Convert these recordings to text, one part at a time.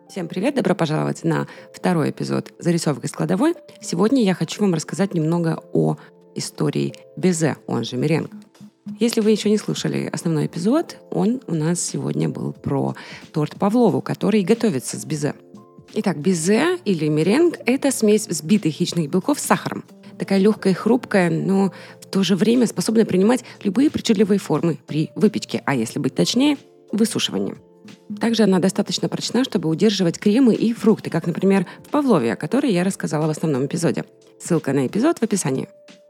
Всем привет, добро пожаловать на второй эпизод «Зарисовок из кладовой». Сегодня я хочу вам рассказать немного о истории безе, он же меренг. Если вы еще не слушали основной эпизод, он у нас сегодня был про торт Павлову, который готовится с безе. Итак, безе или меренг – это смесь взбитых яичных белков с сахаром. Такая легкая и хрупкая, но в то же время способная принимать любые причудливые формы при выпечке, а если быть точнее – высушивании. Также она достаточно прочна, чтобы удерживать кремы и фрукты, как, например, в павлове, о которой я рассказала в основном эпизоде. Ссылка на эпизод в описании.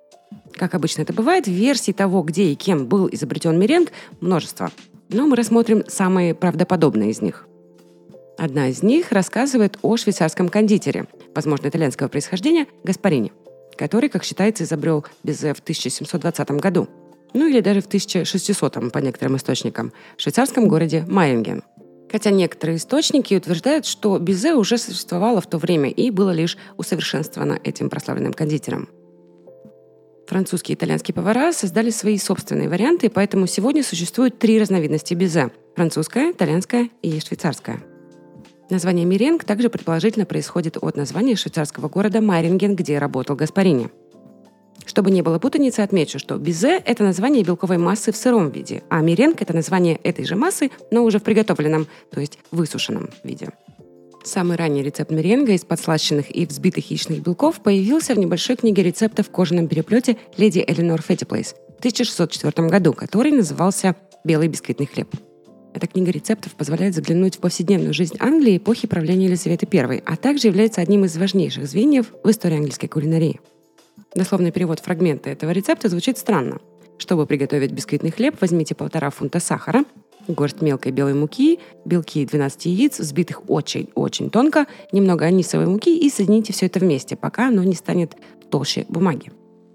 Как обычно это бывает, версий того, где и кем был изобретен меренг, множество. Но мы рассмотрим самые правдоподобные из них. Одна из них рассказывает о швейцарском кондитере, возможно, итальянского происхождения, Гаспарини, который, как считается, изобрел безе в 1720 году. Или даже в 1600 по некоторым источникам, в швейцарском городе Майринген. Хотя некоторые источники утверждают, что безе уже существовало в то время и было лишь усовершенствовано этим прославленным кондитером. Французские и итальянские повара создали свои собственные варианты, поэтому сегодня существует 3 разновидности безе – французская, итальянская и швейцарская. Название меренг также предположительно происходит от названия швейцарского города Майринген, где работал Гаспарини. Чтобы не было путаницы, отмечу, что безе – это название белковой массы в сыром виде, а меренг – это название этой же массы, но уже в приготовленном, то есть высушенном виде. Самый ранний рецепт меренга из подслащенных и взбитых яичных белков появился в небольшой книге рецептов в кожаном переплете леди Эленор Феттиплейс в 1604 году, который назывался «Белый бисквитный хлеб». Эта книга рецептов позволяет заглянуть в повседневную жизнь Англии эпохи правления Елизаветы I, а также является одним из важнейших звеньев в истории английской кулинарии. Дословный перевод фрагмента этого рецепта звучит странно. Чтобы приготовить бисквитный хлеб, возьмите 1,5 фунта сахара, горсть мелкой белой муки, белки 12 яиц, взбитых очень-очень тонко, немного анисовой муки и соедините все это вместе, пока оно не станет толще бумаги.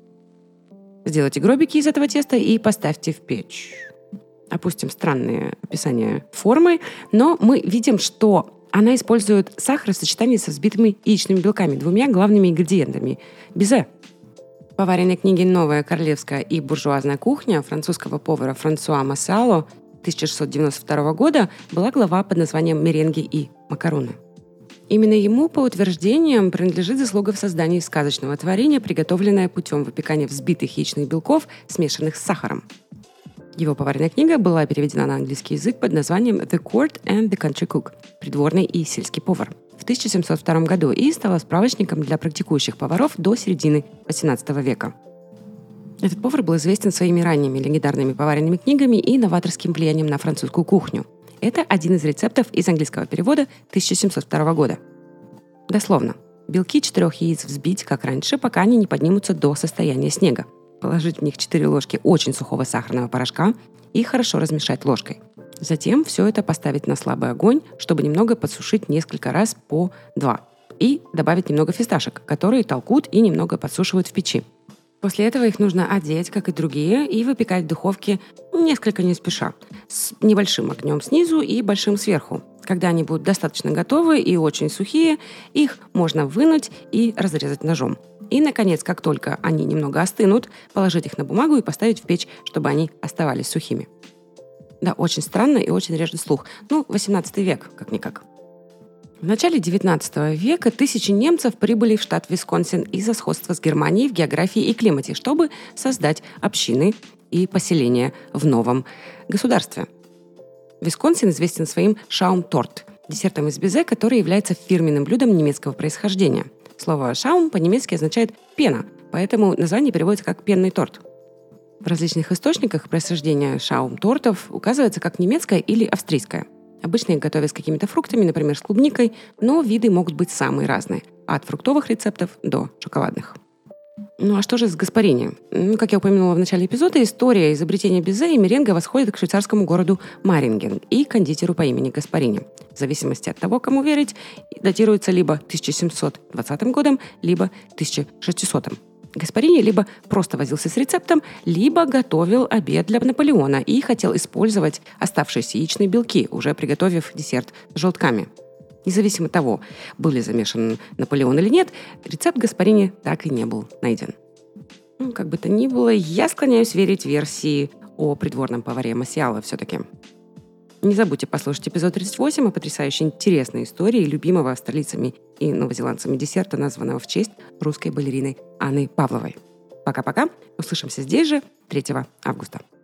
Сделайте гробики из этого теста и поставьте в печь. Опустим странные описания формы, но мы видим, что она использует сахар в сочетании со взбитыми яичными белками, 2 главными ингредиентами – безе. В поваренной книге «Новая королевская и буржуазная кухня» французского повара Франсуа Массало 1692 года была глава под названием «Меренги и макароны». Именно ему, по утверждениям, принадлежит заслуга в создании сказочного творения, приготовленное путем выпекания взбитых яичных белков, смешанных с сахаром. Его поваренная книга была переведена на английский язык под названием «The Court and the Country Cook» – «Придворный и сельский повар» в 1702 году и стала справочником для практикующих поваров до середины XVIII века. Этот повар был известен своими ранними легендарными поваренными книгами и новаторским влиянием на французскую кухню. Это один из рецептов из английского перевода 1702 года. Дословно. Белки 4 яиц взбить, как раньше, пока они не поднимутся до состояния снега. Положить в них 4 ложки очень сухого сахарного порошка и хорошо размешать ложкой. Затем все это поставить на слабый огонь, чтобы немного подсушить несколько раз по 2. И добавить немного фисташек, которые толкут и немного подсушивают в печи. После этого их нужно одеть, как и другие, и выпекать в духовке несколько не спеша, с небольшим огнем снизу и большим сверху. Когда они будут достаточно готовы и очень сухие, их можно вынуть и разрезать ножом. И, наконец, как только они немного остынут, положить их на бумагу и поставить в печь, чтобы они оставались сухими. Да, очень странно и очень режет слух. 18 век, как-никак. В начале 19 века тысячи немцев прибыли в штат Висконсин из-за сходства с Германией в географии и климате, чтобы создать общины и поселения в новом государстве. Висконсин известен своим шаум-торт – десертом из безе, который является фирменным блюдом немецкого происхождения. Слово «шаум» по-немецки означает «пена», поэтому название переводится как «пенный торт». В различных источниках происхождения шаум-тортов указывается как немецкое или австрийское. Обычно их готовят с какими-то фруктами, например, с клубникой, но виды могут быть самые разные – от фруктовых рецептов до шоколадных. А что же с Гаспарини? Как я упомянула в начале эпизода, история изобретения безе и меренга восходит к швейцарскому городу Майринген и кондитеру по имени Гаспарини. В зависимости от того, кому верить, датируется либо 1720 годом, либо 1600. Гаспарини либо просто возился с рецептом, либо готовил обед для Наполеона и хотел использовать оставшиеся яичные белки, уже приготовив десерт с желтками. Независимо от того, был ли замешан Наполеон или нет, рецепт Гаспарини так и не был найден. Как бы то ни было, я склоняюсь верить версии о придворном поваре Массиало все-таки. Не забудьте послушать эпизод 38 о потрясающе интересной истории любимого австралийцами и новозеландцами десерта, названного в честь русской балерины Анны Павловой. Пока-пока. Услышимся здесь же 3 августа.